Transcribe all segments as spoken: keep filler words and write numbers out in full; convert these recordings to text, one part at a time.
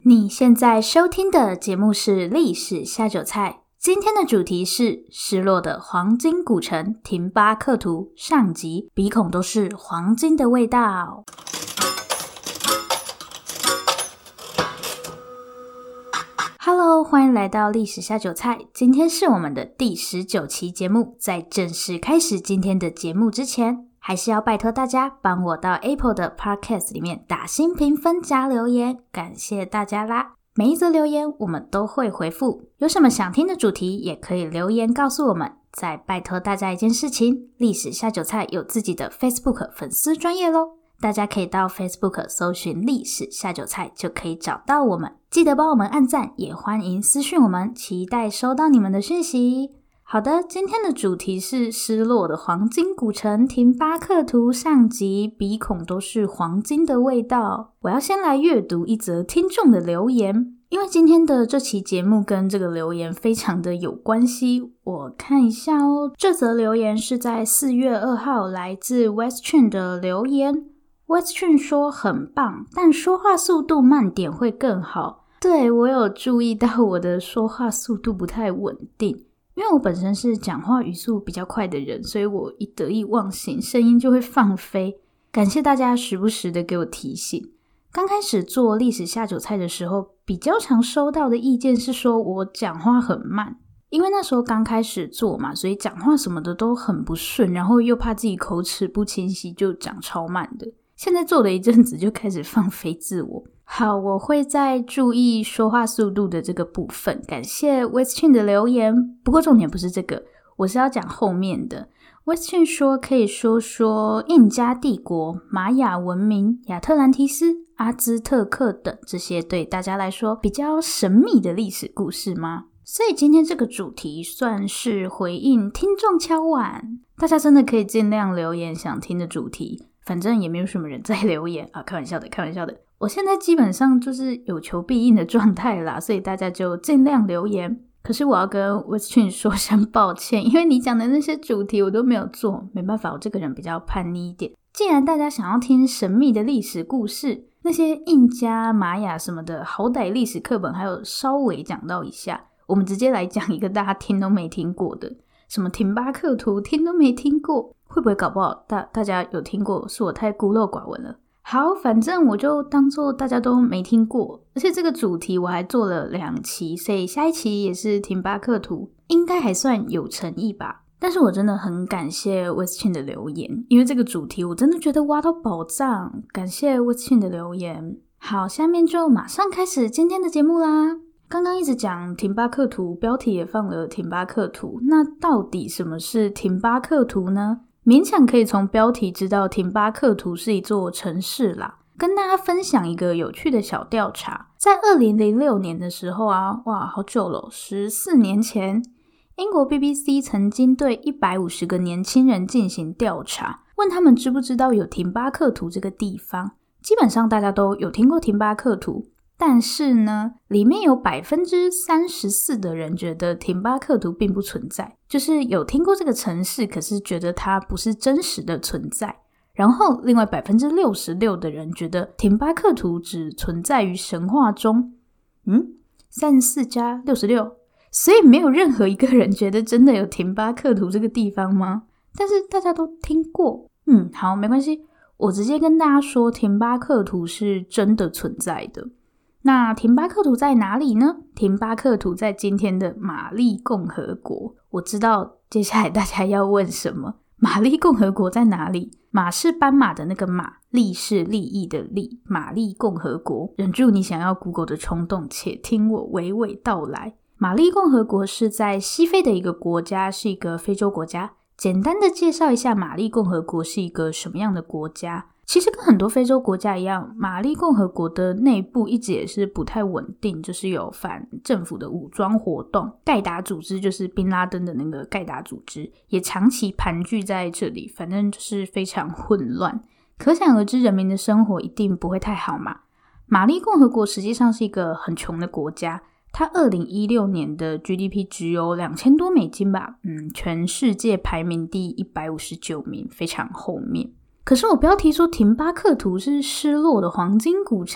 你现在收听的节目是历史下酒菜，今天的主题是失落的黄金古城廷巴克图上集，鼻孔都是黄金的味道。Hello， 欢迎来到历史下酒菜，今天是我们的第十九期节目。在正式开始今天的节目之前，还是要拜托大家帮我到 Apple 的 Podcast 里面打星评分加留言，感谢大家啦！每一则留言我们都会回复，有什么想听的主题也可以留言告诉我们。再拜托大家一件事情，历史下酒菜有自己的 Facebook 粉丝专页咯，大家可以到 Facebook 搜寻历史下酒菜就可以找到我们，记得帮我们按赞，也欢迎私讯我们，期待收到你们的讯息。好的，今天的主题是失落的黄金古城廷巴克图上集，鼻孔都是黄金的味道。我要先来阅读一则听众的留言，因为今天的这期节目跟这个留言非常的有关系。我看一下哦，这则留言是在四月二号来自 Westchun 的留言。Westchun 说很棒，但说话速度慢点会更好。对，我有注意到我的说话速度不太稳定，因为我本身是讲话语速比较快的人，所以我一得意忘形，声音就会放飞。感谢大家时不时的给我提醒。刚开始做历史下酒菜的时候，比较常收到的意见是说我讲话很慢，因为那时候刚开始做嘛，所以讲话什么的都很不顺，然后又怕自己口齿不清晰，就讲超慢的。现在做了一阵子就开始放飞自我。好，我会再注意说话速度的这个部分，感谢 Westchun 的留言。不过重点不是这个，我是要讲后面的。Westchun 说可以说说印加帝国、玛雅文明、亚特兰提斯、阿兹特克等这些对大家来说比较神秘的历史故事吗？所以今天这个主题算是回应听众敲碗，大家真的可以尽量留言想听的主题，反正也没有什么人在留言啊，开玩笑的开玩笑的。我现在基本上就是有求必应的状态啦，所以大家就尽量留言。可是我要跟 Westchun 说声抱歉，因为你讲的那些主题我都没有做，没办法，我这个人比较叛逆一点。既然大家想要听神秘的历史故事，那些印加、玛雅什么的，好歹历史课本还有稍微讲到一下，我们直接来讲一个大家听都没听过的，什么廷巴克图听都没听过，会不会搞不好 大, 大家有听过，是我太孤陋寡闻了。好，反正我就当做大家都没听过，而且这个主题我还做了两期，所以下一期也是廷巴克图，应该还算有诚意吧。但是我真的很感谢 Westchun 的留言，因为这个主题我真的觉得挖到宝藏，感谢 Westchun 的留言。好，下面就马上开始今天的节目啦。刚刚一直讲廷巴克图，标题也放了廷巴克图，那到底什么是廷巴克图呢？勉强可以从标题知道廷巴克图是一座城市啦。跟大家分享一个有趣的小调查，在二零零六年的时候啊，哇，好久了，十四年前，英国 B B C 曾经对一百五十个年轻人进行调查，问他们知不知道有廷巴克图这个地方。基本上大家都有听过廷巴克图，但是呢，里面有 百分之三十四 的人觉得廷巴克图并不存在，就是有听过这个城市，可是觉得它不是真实的存在。然后另外 百分之六十六 的人觉得廷巴克图只存在于神话中。嗯 ,三十四加六十六， 所以没有任何一个人觉得真的有廷巴克图这个地方吗？但是大家都听过。嗯，好，没关系，我直接跟大家说廷巴克图是真的存在的。那廷巴克图在哪里呢？廷巴克图在今天的马利共和国。我知道接下来大家要问什么，马利共和国在哪里？马是斑马的那个马，利是利益的利，马利共和国。忍住你想要 Google 的冲动，且听我娓娓道来。马利共和国是在西非的一个国家，是一个非洲国家。简单的介绍一下马利共和国是一个什么样的国家。其实跟很多非洲国家一样，马利共和国的内部一直也是不太稳定，就是有反政府的武装活动，盖达组织就是宾拉登的那个盖达组织也长期盘踞在这里，反正就是非常混乱，可想而知人民的生活一定不会太好嘛。马利共和国实际上是一个很穷的国家，它二零一六年的 G D P 只有两千多美金吧，嗯，全世界排名第一百五十九名，非常后面。可是我标题说廷巴克图是失落的黄金古城，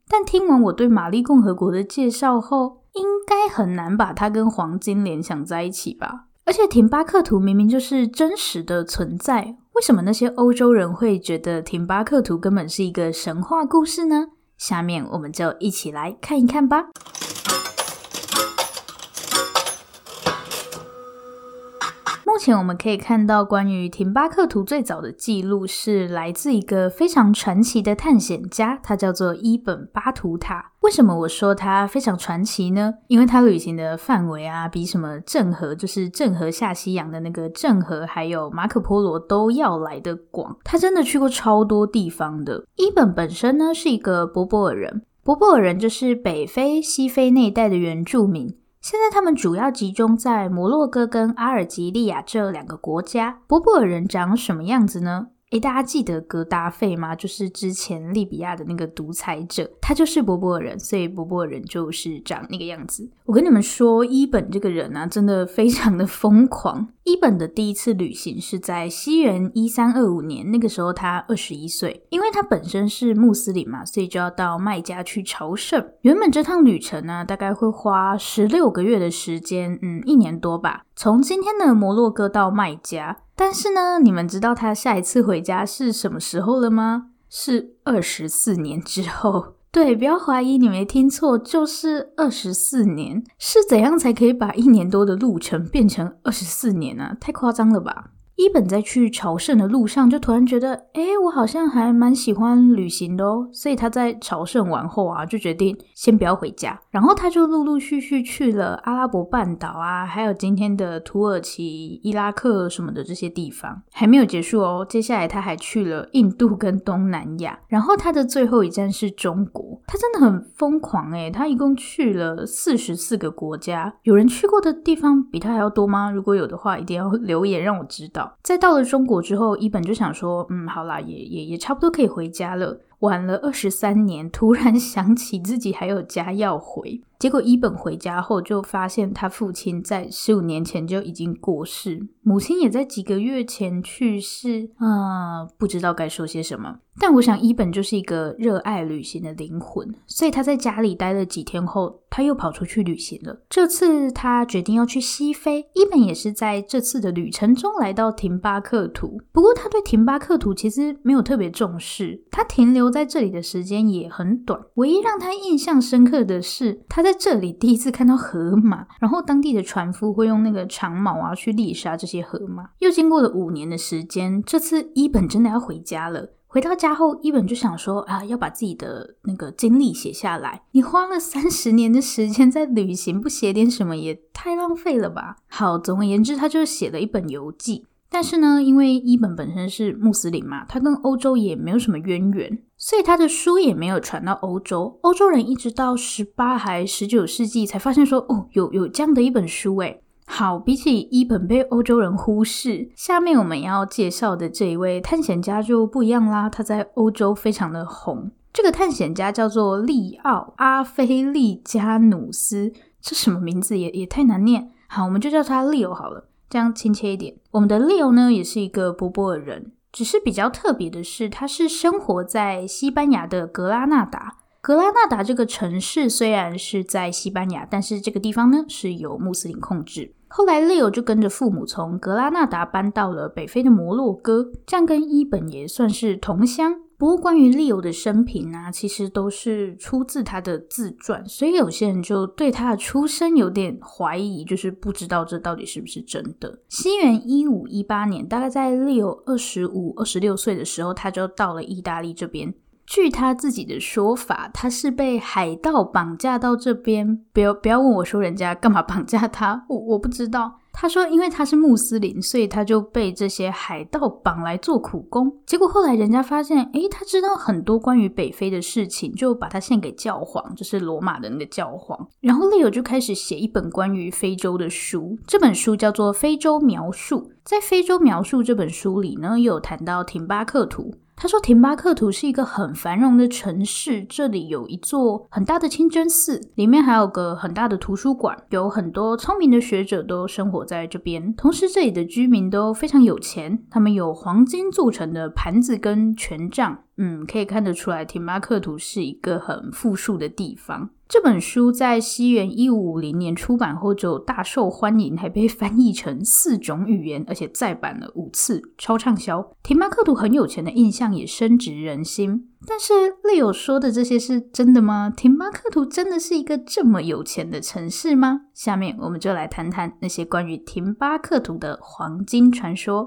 但听完我对玛丽共和国的介绍后，应该很难把它跟黄金联想在一起吧。而且廷巴克图明明就是真实的存在，为什么那些欧洲人会觉得廷巴克图根本是一个神话故事呢？下面我们就一起来看一看吧。目前我们可以看到关于廷巴克图最早的记录是来自一个非常传奇的探险家，他叫做伊本巴图塔。为什么我说他非常传奇呢？因为他旅行的范围啊，比什么郑和，就是郑和下西洋的那个郑和，还有马可波罗都要来的广。他真的去过超多地方的。伊本本身呢是一个柏柏尔人，柏柏尔人就是北非、西非那一带的原住民。现在他们主要集中在摩洛哥跟阿尔及利亚这两个国家。柏柏尔人长什么样子呢？诶，大家记得格达费吗？就是之前利比亚的那个独裁者，他就是柏柏尔人，所以柏柏尔人就是长那个样子。我跟你们说，伊本这个人啊，真的非常的疯狂。伊本的第一次旅行是在西元一三二五年，那个时候他二十一岁。因为他本身是穆斯林嘛，所以就要到麦加去朝圣。原本这趟旅程呢，大概会花十六个月的时间，嗯，一年多吧，从今天的摩洛哥到麦加。但是呢，你们知道他下一次回家是什么时候了吗？是二十四年之后。对，不要怀疑，你没听错，就是二十四年。是怎样才可以把一年多的路程变成二十四年啊？太夸张了吧。伊本在去朝圣的路上就突然觉得，诶，我好像还蛮喜欢旅行的哦，所以他在朝圣完后啊，就决定先不要回家。然后他就陆陆续续去了阿拉伯半岛啊，还有今天的土耳其、伊拉克什么的这些地方。还没有结束哦，接下来他还去了印度跟东南亚，然后他的最后一站是中国。他真的很疯狂诶，他一共去了四十四个国家。有人去过的地方比他还要多吗？如果有的话，一定要留言让我知道。在到了中国之后，伊本就想说，嗯，好啦，也也也差不多可以回家了。晚了二十三年，突然想起自己还有家要回。结果伊本回家后就发现他父亲在十五年前就已经过世，母亲也在几个月前去世，啊，不知道该说些什么。但我想伊本就是一个热爱旅行的灵魂，所以他在家里待了几天后，他又跑出去旅行了。这次他决定要去西非，伊本也是在这次的旅程中来到廷巴克图。不过他对廷巴克图其实没有特别重视，他停留在这里的时间也很短。唯一让他印象深刻的是，他在这里第一次看到河马，然后当地的船夫会用那个长矛啊去猎杀这些河马。又经过了五年的时间，这次伊本真的要回家了。回到家后，伊本就想说啊，要把自己的那个经历写下来。你花了三十年的时间在旅行，不写点什么也太浪费了吧。好，总而言之，他就写了一本游记。但是呢，因为伊本本身是穆斯林嘛，他跟欧洲也没有什么渊源，所以他的书也没有传到欧洲。欧洲人一直到十八还十九世纪才发现说，哦，有有这样的一本书诶。好，比起伊本被欧洲人忽视，下面我们要介绍的这一位探险家就不一样啦，他在欧洲非常的红。这个探险家叫做利奥·阿非利加努斯，这什么名字也也太难念。好，我们就叫他 Leo 好了，这样亲切一点。我们的 Leo 呢，也是一个柏柏尔人，只是比较特别的是，他是生活在西班牙的格拉纳达。格拉纳达这个城市虽然是在西班牙，但是这个地方呢是由穆斯林控制。后来 Leo 就跟着父母从格拉纳达搬到了北非的摩洛哥，这样跟伊本也算是同乡。不过关于 Leo 的生平啊，其实都是出自他的自传，所以有些人就对他的出身有点怀疑，就是不知道这到底是不是真的。西元一五一八年，大概在 Leo 二十五、二十六岁的时候，他就到了意大利这边。据他自己的说法，他是被海盗绑架到这边。不要不要问我说人家干嘛绑架他，我我不知道。他说因为他是穆斯林，所以他就被这些海盗绑来做苦工。结果后来人家发现，诶，他知道很多关于北非的事情，就把他献给教皇，就是罗马的那个教皇。然后 Leo 就开始写一本关于非洲的书，这本书叫做《非洲描述》。 在非洲描述这本书里呢，也有谈到廷巴克图。他说廷巴克图是一个很繁荣的城市，这里有一座很大的清真寺，里面还有个很大的图书馆，有很多聪明的学者都生活在这边。同时这里的居民都非常有钱，他们有黄金做成的盘子跟权杖。嗯，可以看得出来廷巴克图是一个很富庶的地方。这本书在西元一五五零年出版后就大受欢迎，还被翻译成四种语言，而且再版了五次，超畅销。廷巴克图很有钱的印象也深植人心。但是Leo说的这些是真的吗？廷巴克图真的是一个这么有钱的城市吗？下面我们就来谈谈那些关于廷巴克图的黄金传说。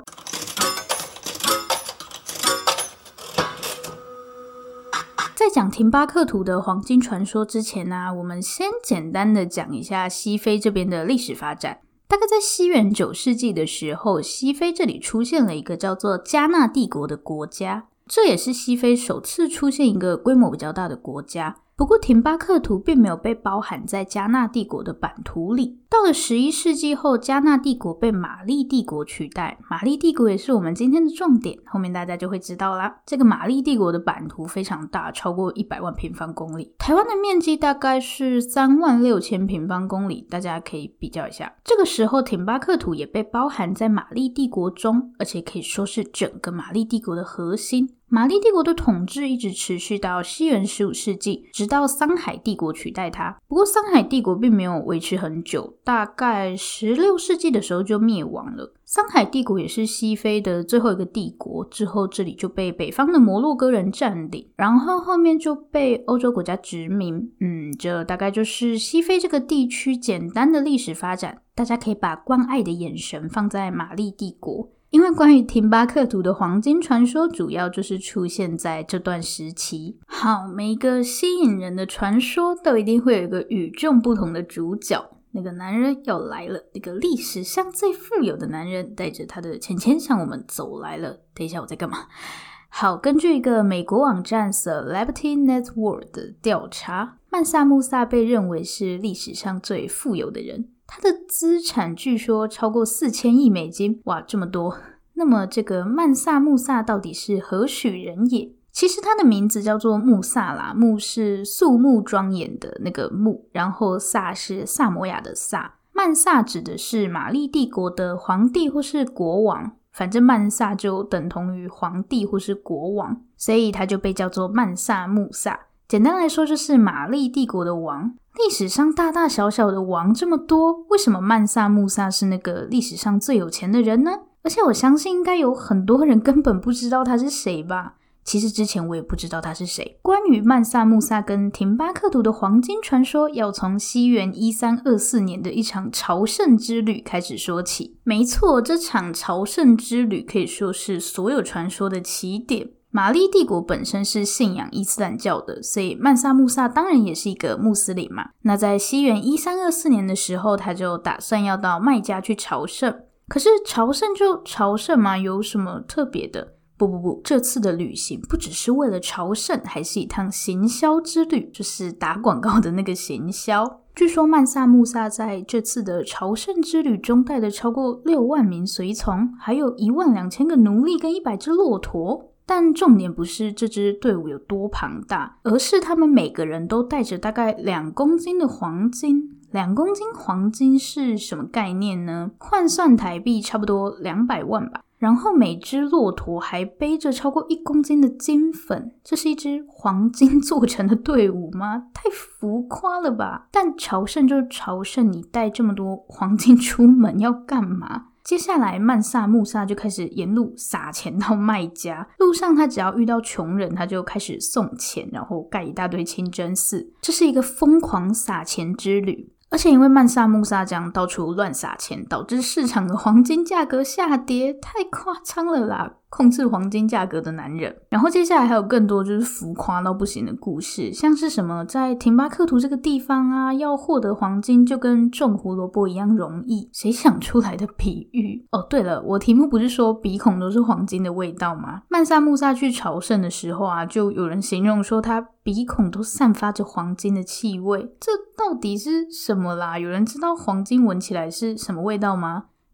在讲廷巴克图的黄金传说之前啊，我们先简单的讲一下西非这边的历史发展。大概在西元九世纪的时候，西非这里出现了一个叫做加纳帝国的国家，这也是西非首次出现一个规模比较大的国家。不过廷巴克图并没有被包含在加纳帝国的版图里。到了十一世纪后，加纳帝国被马利帝国取代，马利帝国也是我们今天的重点，后面大家就会知道啦。这个马利帝国的版图非常大，超过一百万平方公里，台湾的面积大概是三万六千平方公里，大家可以比较一下。这个时候廷巴克图也被包含在马利帝国中，而且可以说是整个马利帝国的核心。马利帝国的统治一直持续到西元十五世纪，直到桑海帝国取代它。不过桑海帝国并没有维持很久，大概十六世纪的时候就灭亡了。桑海帝国也是西非的最后一个帝国，之后这里就被北方的摩洛哥人占领，然后后面就被欧洲国家殖民。嗯，这大概就是西非这个地区简单的历史发展。大家可以把关爱的眼神放在马利帝国，因为关于廷巴克图的黄金传说主要就是出现在这段时期。好，每一个吸引人的传说都一定会有一个与众不同的主角，那个男人要来了，那个历史上最富有的男人带着他的钱钱向我们走来了。等一下我在干嘛？好，根据一个美国网站 Celebrity Network 的调查，曼萨穆萨被认为是历史上最富有的人，他的资产据说超过四千亿美金，哇，这么多。那么这个曼萨穆萨到底是何许人也？其实他的名字叫做穆萨啦，穆是肃穆庄严的那个穆，然后萨是萨摩亚的萨。曼萨指的是马利帝国的皇帝或是国王，反正曼萨就等同于皇帝或是国王，所以他就被叫做曼萨穆萨。简单来说就是马利帝国的王。历史上大大小小的王这么多，为什么曼萨穆萨是那个历史上最有钱的人呢？而且我相信应该有很多人根本不知道他是谁吧。其实之前我也不知道他是谁。关于曼萨穆萨跟廷巴克图的黄金传说，要从西元一三二四年的一场朝圣之旅开始说起。没错，这场朝圣之旅可以说是所有传说的起点。马利帝国本身是信仰伊斯兰教的，所以曼萨穆萨当然也是一个穆斯林嘛。那在西元一三二四年的时候，他就打算要到麦加去朝圣。可是朝圣就朝圣嘛，有什么特别的？不不不，这次的旅行不只是为了朝圣，还是一趟行销之旅，就是打广告的那个行销。据说曼萨穆萨在这次的朝圣之旅中带了超过六万名随从，还有一万两千个奴隶跟一百只骆驼。但重点不是这支队伍有多庞大，而是他们每个人都带着大概两公斤的黄金。两公斤黄金是什么概念呢？换算台币差不多两百万吧。然后每只骆驼还背着超过一公斤的金粉，这是一支黄金做成的队伍吗？太浮夸了吧！但朝圣就是朝圣，你带这么多黄金出门要干嘛？接下来曼萨穆萨就开始沿路撒钱到麦加，路上他只要遇到穷人他就开始送钱，然后盖一大堆清真寺，这是一个疯狂撒钱之旅。而且因为曼萨穆萨这样到处乱撒钱，导致市场的黄金价格下跌，太夸张了啦，控制黄金价格的男人。然后接下来还有更多就是浮夸到不行的故事，像是什么在廷巴克图这个地方啊，要获得黄金就跟种胡萝卜一样容易，谁想出来的比喻？哦对了，我题目不是说鼻孔都是黄金的味道吗？曼萨穆萨去朝圣的时候啊，就有人形容说他鼻孔都散发着黄金的气味，这到底是什么啦？有人知道黄金闻起来是什么味道吗？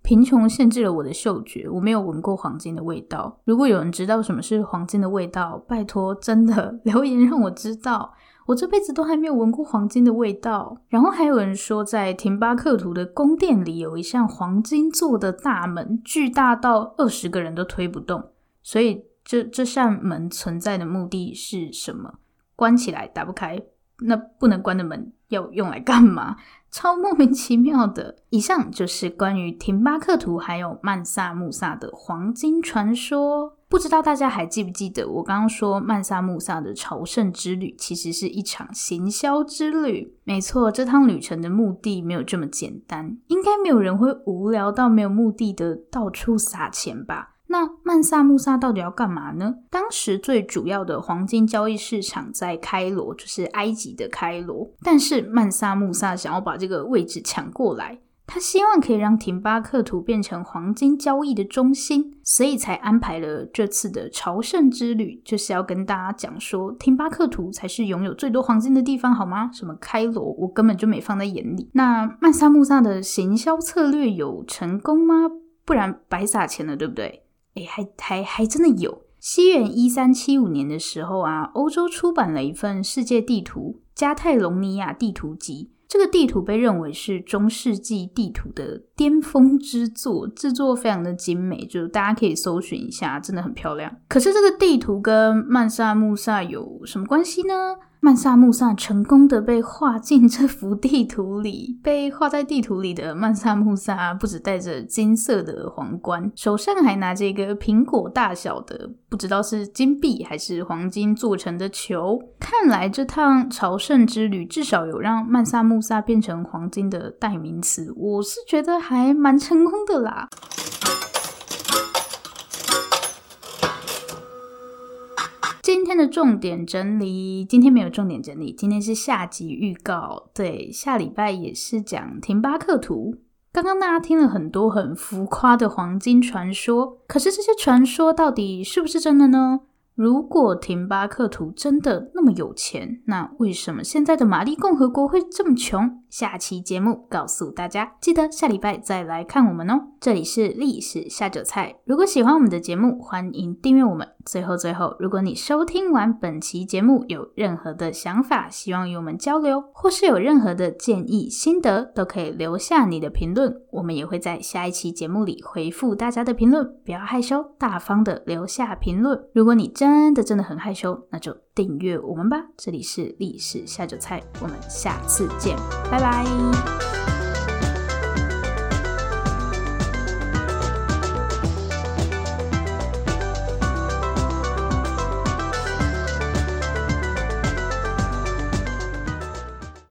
贫穷限制了我的嗅觉，我没有闻过黄金的味道。如果有人知道什么是黄金的味道，拜托真的留言让我知道，我这辈子都还没有闻过黄金的味道。然后还有人说在廷巴克图的宫殿里有一扇黄金做的大门，巨大到二十个人都推不动。所以这这扇门存在的目的是什么？关起来打不开，那不能关的门要用来干嘛？超莫名其妙的。以上就是关于廷巴克图还有曼萨穆萨的黄金传说。不知道大家还记不记得我刚刚说曼萨穆萨的朝圣之旅其实是一场行销之旅。没错，这趟旅程的目的没有这么简单，应该没有人会无聊到没有目的的到处撒钱吧。那曼萨穆萨到底要干嘛呢？当时最主要的黄金交易市场在开罗，就是埃及的开罗，但是曼萨穆萨想要把这个位置抢过来，他希望可以让廷巴克图变成黄金交易的中心，所以才安排了这次的朝圣之旅，就是要跟大家讲说廷巴克图才是拥有最多黄金的地方，好吗？什么开罗我根本就没放在眼里。那曼萨穆萨的行销策略有成功吗？不然白撒钱了，对不对？诶，还还还真的有。西元一三七五年的时候啊，欧洲出版了一份世界地图《加泰隆尼亚地图集》。这个地图被认为是中世纪地图的巅峰之作，制作非常的精美，就大家可以搜寻一下，真的很漂亮。可是这个地图跟曼萨穆萨有什么关系呢？曼萨穆萨成功的被画进这幅地图里，被画在地图里的曼萨穆萨不只戴着金色的皇冠，手上还拿着一个苹果大小的，不知道是金币还是黄金做成的球。看来这趟朝圣之旅至少有让曼萨穆萨变成黄金的代名词，我是觉得还蛮成功的啦。今天的重点整理，今天没有重点整理，今天是下集预告。对，下礼拜也是讲廷巴克图。刚刚大家听了很多很浮夸的黄金传说，可是这些传说到底是不是真的呢？如果廷巴克图真的那么有钱，那为什么现在的马利共和国会这么穷？下期节目告诉大家，记得下礼拜再来看我们哦。这里是历史下酒菜，如果喜欢我们的节目，欢迎订阅我们。最后最后，如果你收听完本期节目有任何的想法，希望与我们交流，或是有任何的建议心得，都可以留下你的评论，我们也会在下一期节目里回复大家的评论。不要害羞，大方的留下评论。如果你真的真的很害羞，那就订阅我们吧。这里是历史下酒菜，我们下次见，拜拜。